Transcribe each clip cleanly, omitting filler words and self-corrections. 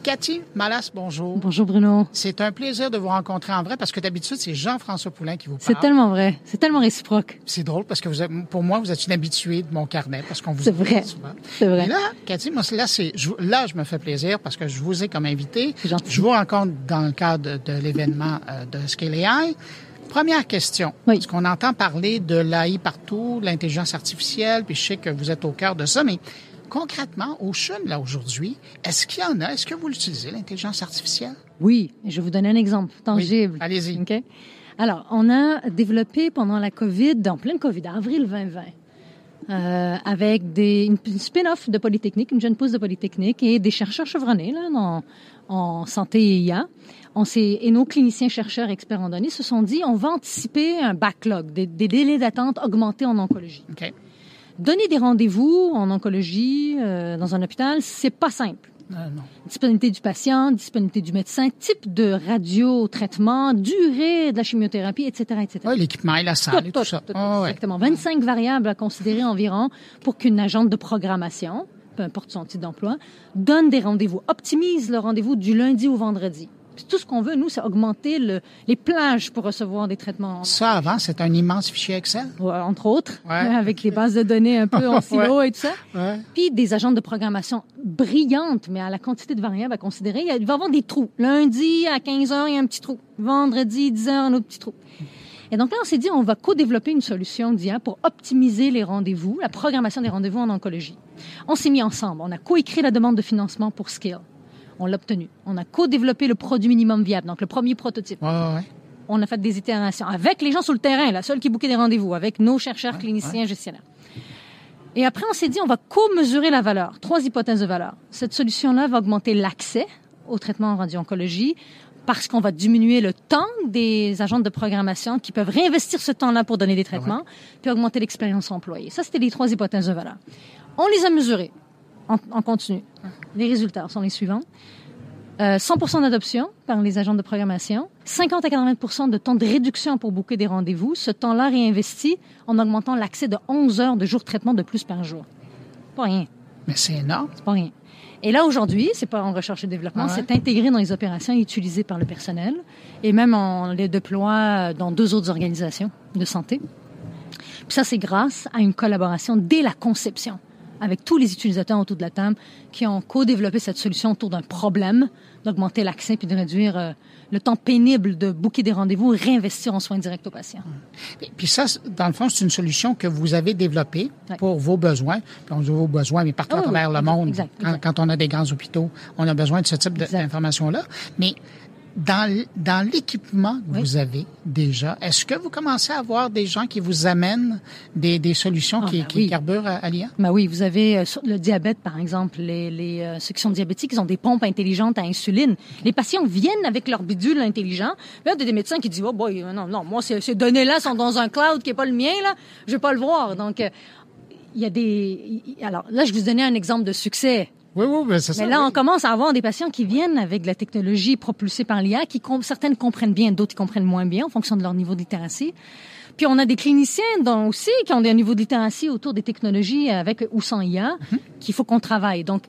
Cathy Malas, bonjour. Bonjour Bruno. C'est un plaisir de vous rencontrer en vrai parce que d'habitude, c'est Jean-François Poulin qui vous parle. C'est tellement vrai. C'est tellement réciproque. C'est drôle parce que pour moi, vous êtes une habituée de mon carnet parce qu'on vous C'est vrai. souvent. C'est vrai. Et là, Cathy, moi, je me fais plaisir parce que je vous ai comme invité. C'est gentil. Je vous rencontre dans le cadre de l'événement de Scale AI. Première question. Oui. Parce qu'on entend parler de l'AI partout, de l'intelligence artificielle, puis je sais que vous êtes au cœur de ça, mais concrètement, au CHUM, là, aujourd'hui, est-ce qu'il y en a? Est-ce que vous l'utilisez, l'intelligence artificielle? Oui. Je vais vous donner un exemple tangible. Oui, allez-y. OK? Alors, on a développé pendant la COVID, en pleine COVID, avril 2020, avec une spin-off de Polytechnique, une jeune pousse de Polytechnique et des chercheurs chevronnés là, en santé et IA. Et nos cliniciens, chercheurs, experts en données se sont dit, on va anticiper un backlog, des délais d'attente augmentés en oncologie. OK. Donner des rendez-vous en oncologie dans un hôpital, c'est pas simple. Non. Disponibilité du patient, disponibilité du médecin, type de radiotraitement, durée de la chimiothérapie, etc., etc. Oui, l'équipement et la salle et tout ça. Exactement. 25 variables à considérer environ pour qu'une agente de programmation, peu importe son titre d'emploi, donne des rendez-vous, optimise le rendez-vous du lundi au vendredi. Puis tout ce qu'on veut, nous, c'est augmenter les plages pour recevoir des traitements. Ça, avant, c'était un immense fichier Excel. Entre autres, Ouais. avec les bases de données un peu en silo et tout ça. Ouais. Puis des agents de programmation brillantes, mais à la quantité de variables à considérer. Il va y avoir des trous. Lundi, à 15h, il y a un petit trou. Vendredi, 10h, un autre petit trou. Et donc là, on s'est dit, on va co-développer une solution d'IA pour optimiser les rendez-vous, la programmation des rendez-vous en oncologie. On s'est mis ensemble. On a co-écrit la demande de financement pour Scale. On l'a obtenu. On a co-développé le produit minimum viable, donc le premier prototype. Ouais. On a fait des itérations avec les gens sur le terrain, la seule qui bouquait des rendez-vous, avec nos chercheurs, cliniciens, gestionnaires. Et après, on s'est dit, on va co-mesurer la valeur. 3 hypothèses de valeur. Cette solution-là va augmenter l'accès au traitement en radio-oncologie parce qu'on va diminuer le temps des agents de programmation qui peuvent réinvestir ce temps-là pour donner des traitements, puis augmenter l'expérience employée. Ça, c'était les 3 hypothèses de valeur. On les a mesurées en continu. Les résultats sont les suivants. 100% d'adoption par les agents de programmation, 50 à 80% de temps de réduction pour booker des rendez-vous, ce temps-là réinvesti en augmentant l'accès de 11 heures de jour de traitement de plus par jour. Pas rien. Mais c'est énorme. C'est pas rien. Et là, aujourd'hui, c'est pas en recherche et développement, c'est intégré dans les opérations et utilisé par le personnel. Et même, on les déploie dans 2 autres organisations de santé. Puis ça, c'est grâce à une collaboration dès la conception avec tous les utilisateurs autour de la table qui ont co-développé cette solution autour d'un problème, d'augmenter l'accès puis de réduire le temps pénible de booker des rendez-vous et réinvestir en soins directs aux patients. Puis ça, dans le fond, c'est une solution que vous avez développée pour vos besoins. Puis on dit vos besoins, mais partout à travers le monde. Exact. Quand on a des grands hôpitaux, on a besoin de ce type d'informations-là. Mais dans l'équipement que vous avez déjà, est-ce que vous commencez à avoir des gens qui vous amènent des solutions qui carburent à l'IA? Ben oui, vous avez le diabète, par exemple, ceux qui sont diabétiques, ils ont des pompes intelligentes à insuline. Les patients viennent avec leur bidule intelligent. Là, il y a des médecins qui disent, oh boy, non, moi, ces données-là sont dans un cloud qui est pas le mien, là. Je vais pas le voir. Donc, il y a alors, là, je vais vous donner un exemple de succès. Oui, mais c'est ça. Mais là, on commence à avoir des patients qui viennent avec de la technologie propulsée par l'IA, certaines comprennent bien, d'autres qui comprennent moins bien en fonction de leur niveau de littératie. Puis on a des cliniciens aussi qui ont des niveaux de littératie autour des technologies avec ou sans IA qu'il faut qu'on travaille. Donc,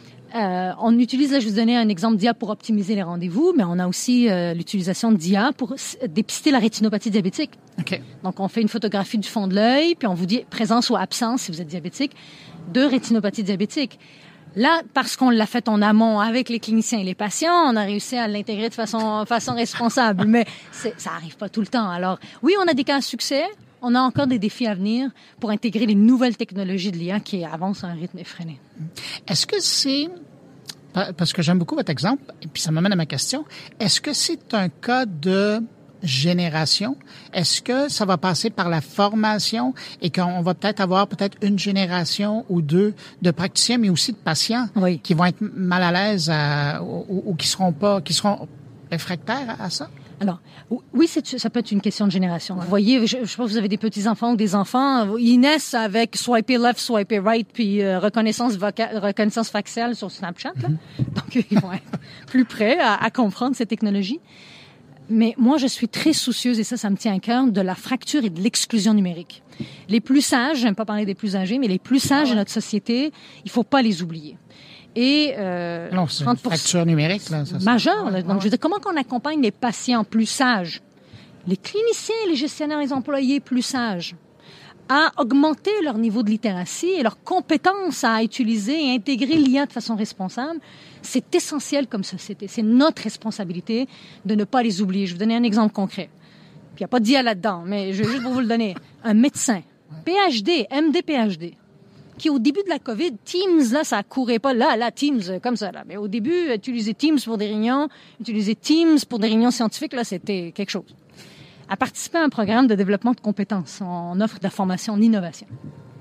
on utilise, là, je vais vous donner un exemple d'IA pour optimiser les rendez-vous, mais on a aussi l'utilisation d'IA pour dépister la rétinopathie diabétique. OK. Donc, on fait une photographie du fond de l'œil, puis on vous dit présence ou absence, si vous êtes diabétique, de rétinopathie diabétique. Là, parce qu'on l'a fait en amont avec les cliniciens et les patients, on a réussi à l'intégrer de façon responsable. Mais ça arrive pas tout le temps. Alors, oui, on a des cas à succès. On a encore des défis à venir pour intégrer les nouvelles technologies de l'IA qui avancent à un rythme effréné. Est-ce que c'est... Parce que j'aime beaucoup votre exemple, et puis ça m'amène à ma question. Est-ce que c'est un cas de génération? Est-ce que ça va passer par la formation et qu'on va peut-être avoir une génération ou 2 de praticiens, mais aussi de patients qui vont être mal à l'aise ou qui seront réfractaires à ça? Alors, oui, ça peut être une question de génération. Vous voyez, je sais pas, vous avez des petits-enfants ou des enfants, ils naissent avec swiper left, swiper right, puis reconnaissance faciale sur Snapchat. Là. Donc, ils vont être plus prêts à comprendre ces technologies. Mais moi, je suis très soucieuse, et ça me tient à cœur, de la fracture et de l'exclusion numérique. Les plus sages, j'aime pas parler des plus âgés, mais les plus sages de notre société, il faut pas les oublier. et non, c'est une fracture numérique, là. Majeure. Donc, je veux dire, comment qu'on accompagne les patients plus sages, les cliniciens, les gestionnaires, les employés plus sages, à augmenter leur niveau de littératie et leur compétence à utiliser et intégrer l'IA de façon responsable, c'est essentiel comme société. C'est notre responsabilité de ne pas les oublier. Je vais vous donner un exemple concret. Puis il n'y a pas d'IA là-dedans, mais je vais juste pour vous le donner. Un médecin, PhD, MD, PhD, qui au début de la COVID, Teams, là, ça courait pas là, Teams, comme ça, là. Mais au début, utiliser Teams pour des réunions, utiliser Teams pour des réunions scientifiques, là, c'était quelque chose. A participé à un programme de développement de compétences. On offre de la formation en innovation.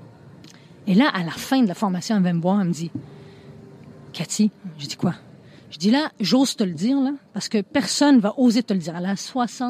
Et là, à la fin de la formation, elle vient me voir, elle me dit, Cathy, je dis quoi? Je dis là, j'ose te le dire, là, parce que personne va oser te le dire. Elle a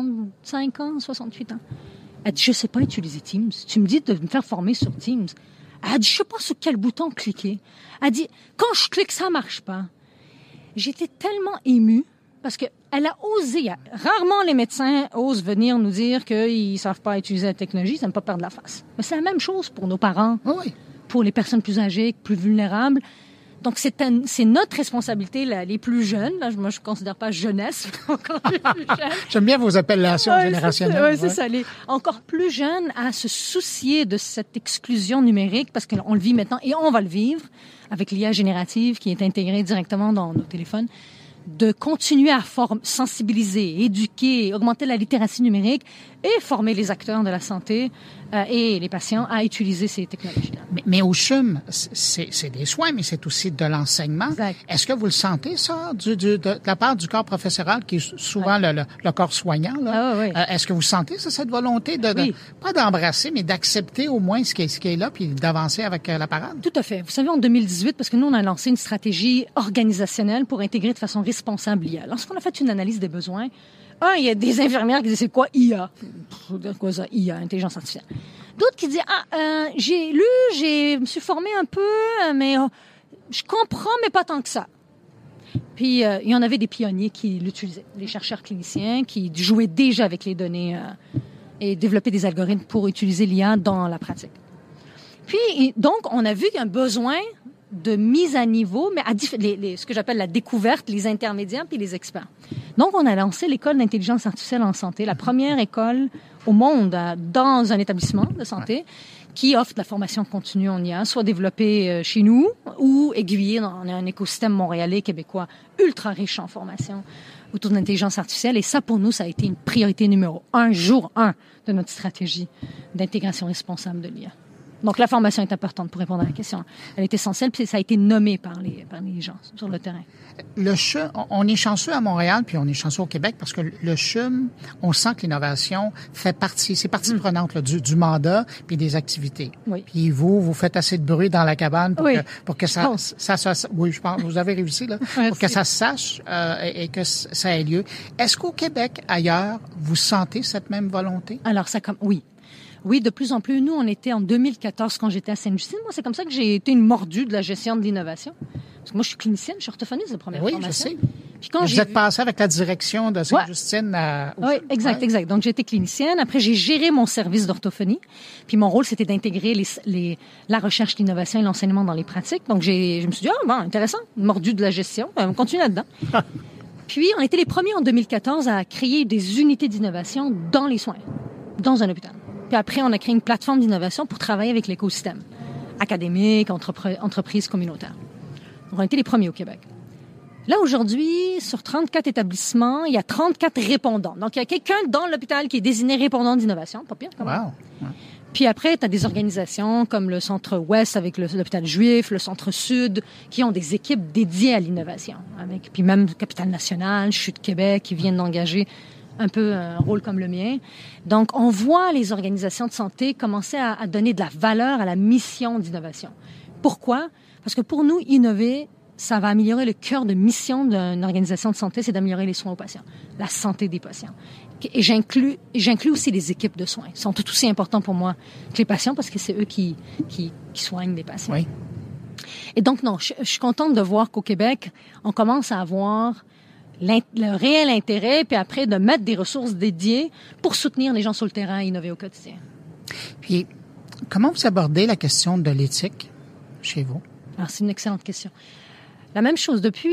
65 ans, 68 ans. Elle dit, je sais pas utiliser Teams. Tu me dis de me faire former sur Teams. Elle dit, je sais pas sur quel bouton cliquer. Elle dit, quand je clique, ça marche pas. J'étais tellement émue parce que elle a osé. Rarement les médecins osent venir nous dire qu'ils savent pas utiliser la technologie, ils n'aiment pas perdre la face. Mais c'est la même chose pour nos parents, oui. Pour les personnes plus âgées, plus vulnérables. Donc, c'est notre responsabilité, là, les plus jeunes. Là, moi, je ne considère pas jeunesse, encore les plus jeunes. J'aime bien vos appellations générationnelles. Oui, c'est ça. Les encore plus jeunes à se soucier de cette exclusion numérique parce qu'on le vit maintenant et on va le vivre avec l'IA générative qui est intégrée directement dans nos téléphones. De continuer à sensibiliser, éduquer, augmenter la littératie numérique et former les acteurs de la santé et les patients à utiliser ces technologies-là. Mais au CHUM, c'est des soins, mais c'est aussi de l'enseignement. Exact. Est-ce que vous le sentez, ça, de la part du corps professoral, qui est souvent le corps soignant, là? Ah, oui. Est-ce que vous sentez ça, cette volonté Oui. pas d'embrasser, mais d'accepter au moins ce qui est là, puis d'avancer avec la parade? Tout à fait. Vous savez, en 2018, parce que nous, on a lancé une stratégie organisationnelle pour intégrer de façon responsable l'IA. Lorsqu'on a fait une analyse des besoins, il y a des infirmières qui disent, c'est quoi IA? Quoi ça, IA, intelligence artificielle? D'autres qui disent, j'ai lu, je me suis formé un peu, mais je comprends, mais pas tant que ça. Puis, il y en avait des pionniers qui l'utilisaient, les chercheurs cliniciens qui jouaient déjà avec les données et développaient des algorithmes pour utiliser l'IA dans la pratique. Puis, donc, on a vu qu'il y a un besoin de mise à niveau, mais ce que j'appelle la découverte, les intermédiaires puis les experts. Donc, on a lancé l'école d'intelligence artificielle en santé, la première école au monde dans un établissement de santé qui offre de la formation continue en IA, soit développée chez nous ou aiguillée dans un écosystème montréalais, québécois, ultra riche en formation autour de l'intelligence artificielle. Et ça, pour nous, ça a été une priorité numéro 1, jour 1 de notre stratégie d'intégration responsable de l'IA. Donc, la formation est importante pour répondre à la question. Elle est essentielle, puis ça a été nommé par les gens sur le terrain. Le CHUM, on est chanceux à Montréal, puis on est chanceux au Québec, parce que le CHUM, on sent que l'innovation c'est partie prenante là, du mandat, puis des activités. Oui. Puis vous faites assez de bruit dans la cabane pour que ça oui, je pense, vous avez réussi, là, pour que ça se sache et que ça ait lieu. Est-ce qu'au Québec, ailleurs, vous sentez cette même volonté? Alors, oui. Oui, de plus en plus. Nous, on était en 2014 quand j'étais à Sainte-Justine. Moi, c'est comme ça que j'ai été une mordue de la gestion de l'innovation. Parce que moi, je suis clinicienne, je suis orthophoniste de première formation. Oui, je sais. Puis quand vous êtes passée avec la direction de Sainte-Justine Oui, exact. Donc, j'ai été clinicienne. Après, j'ai géré mon service d'orthophonie. Puis mon rôle, c'était d'intégrer la recherche, l'innovation et l'enseignement dans les pratiques. Donc, je me suis dit, intéressant, mordue de la gestion. On continue là-dedans. Puis, on était les premiers en 2014 à créer des unités d'innovation dans les soins, dans un hôpital. Puis après, on a créé une plateforme d'innovation pour travailler avec l'écosystème académique, entreprises communautaires. Donc, on était les premiers au Québec. Là, aujourd'hui, sur 34 établissements, il y a 34 répondants. Donc, il y a quelqu'un dans l'hôpital qui est désigné répondant d'innovation. Pas pire, quand même. Wow. Puis après, tu as des organisations comme le Centre Ouest avec l'hôpital Juif, le Centre Sud, qui ont des équipes dédiées à l'innovation. Puis même Capitale Nationale, Chute Québec, qui viennent d'engager un peu un rôle comme le mien. Donc, on voit les organisations de santé commencer à donner de la valeur à la mission d'innovation. Pourquoi? Parce que pour nous, innover, ça va améliorer le cœur de mission d'une organisation de santé, c'est d'améliorer les soins aux patients, la santé des patients. Et j'inclus aussi les équipes de soins. Ils sont tout aussi importants pour moi que les patients parce que c'est eux qui soignent les patients. Oui. Et donc, non, je suis contente de voir qu'au Québec, on commence à avoir le réel intérêt, puis après, de mettre des ressources dédiées pour soutenir les gens sur le terrain et innover au quotidien. Puis, comment vous abordez la question de l'éthique chez vous? Alors, c'est une excellente question. La même chose. Depuis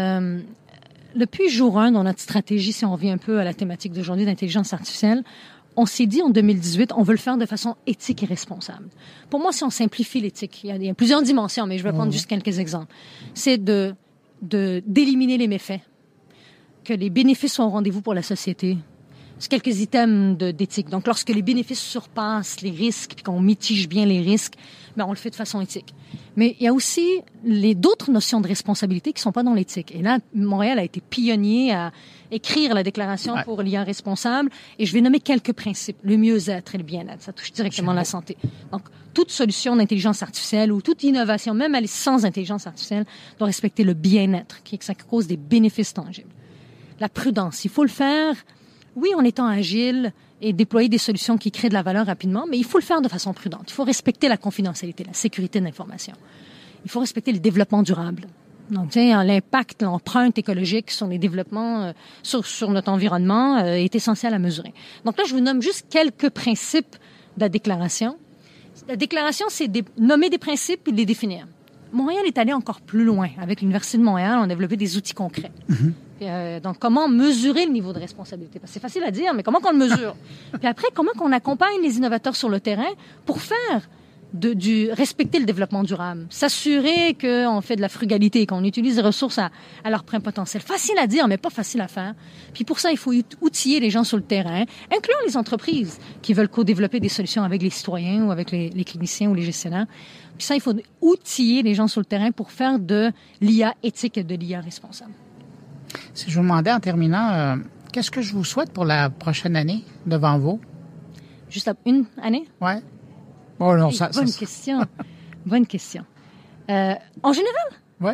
jour 1 dans notre stratégie, si on revient un peu à la thématique d'aujourd'hui d'intelligence artificielle, on s'est dit en 2018, on veut le faire de façon éthique et responsable. Pour moi, si on simplifie l'éthique, il y a plusieurs dimensions, mais je vais prendre juste quelques exemples. C'est d'éliminer les méfaits, que les bénéfices soient au rendez-vous pour la société. C'est quelques items d'éthique. Donc, lorsque les bénéfices surpassent les risques, puis qu'on mitige bien les risques, ben, on le fait de façon éthique. Mais il y a aussi d'autres notions de responsabilité qui sont pas dans l'éthique. Et là, Montréal a été pionnier à écrire la déclaration pour l'IA responsable. Et je vais nommer quelques principes. Le mieux-être et le bien-être. Ça touche directement la santé. Donc, toute solution d'intelligence artificielle ou toute innovation, même aller sans intelligence artificielle, doit respecter le bien-être, qui cause des bénéfices tangibles. La prudence. Il faut le faire, oui, en étant agile et déployer des solutions qui créent de la valeur rapidement, mais il faut le faire de façon prudente. Il faut respecter la confidentialité, la sécurité de l'information. Il faut respecter le développement durable. Donc, l'impact, l'empreinte écologique sur les développements, sur notre environnement est essentiel à mesurer. Donc là, je vous nomme juste quelques principes de la déclaration. La déclaration, c'est nommer des principes et de les définir. Montréal est allé encore plus loin. Avec l'Université de Montréal, on a développé des outils concrets. Donc, comment mesurer le niveau de responsabilité? Parce que c'est facile à dire, mais comment qu'on le mesure? Puis après, comment qu'on accompagne les innovateurs sur le terrain pour faire respecter le développement durable, s'assurer qu'on fait de la frugalité, qu'on utilise les ressources à leur plein potentiel. Facile à dire, mais pas facile à faire. Puis pour ça, il faut outiller les gens sur le terrain, incluant les entreprises qui veulent co-développer des solutions avec les citoyens ou avec les cliniciens ou les gestionnaires. Puis ça, il faut outiller les gens sur le terrain pour faire de l'IA éthique et de l'IA responsable. Si je vous demandais en terminant, qu'est-ce que je vous souhaite pour la prochaine année devant vous? Juste une année? Oui. Oh non, bonne question. Bonne question. En général? Oui.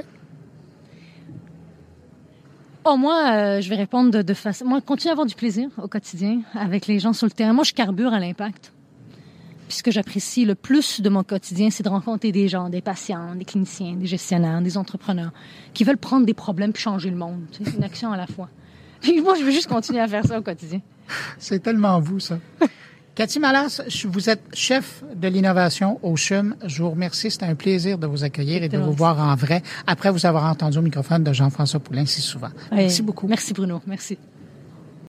Oh, moi, je vais répondre de façon... Moi, continuer à avoir du plaisir au quotidien avec les gens sur le terrain. Moi, je carbure à l'impact. Puis ce que j'apprécie le plus de mon quotidien, c'est de rencontrer des gens, des patients, des cliniciens, des gestionnaires, des entrepreneurs qui veulent prendre des problèmes et changer le monde. Tu sais, une action à la fois. Puis moi, je veux juste continuer à faire ça au quotidien. C'est tellement vous, ça. Cathy Malas, vous êtes chef de l'innovation au CHUM. Je vous remercie. C'était un plaisir de vous accueillir et de vous voir en vrai après vous avoir entendu au microphone de Jean-François Poulin si souvent. Merci beaucoup. Merci Bruno. Merci.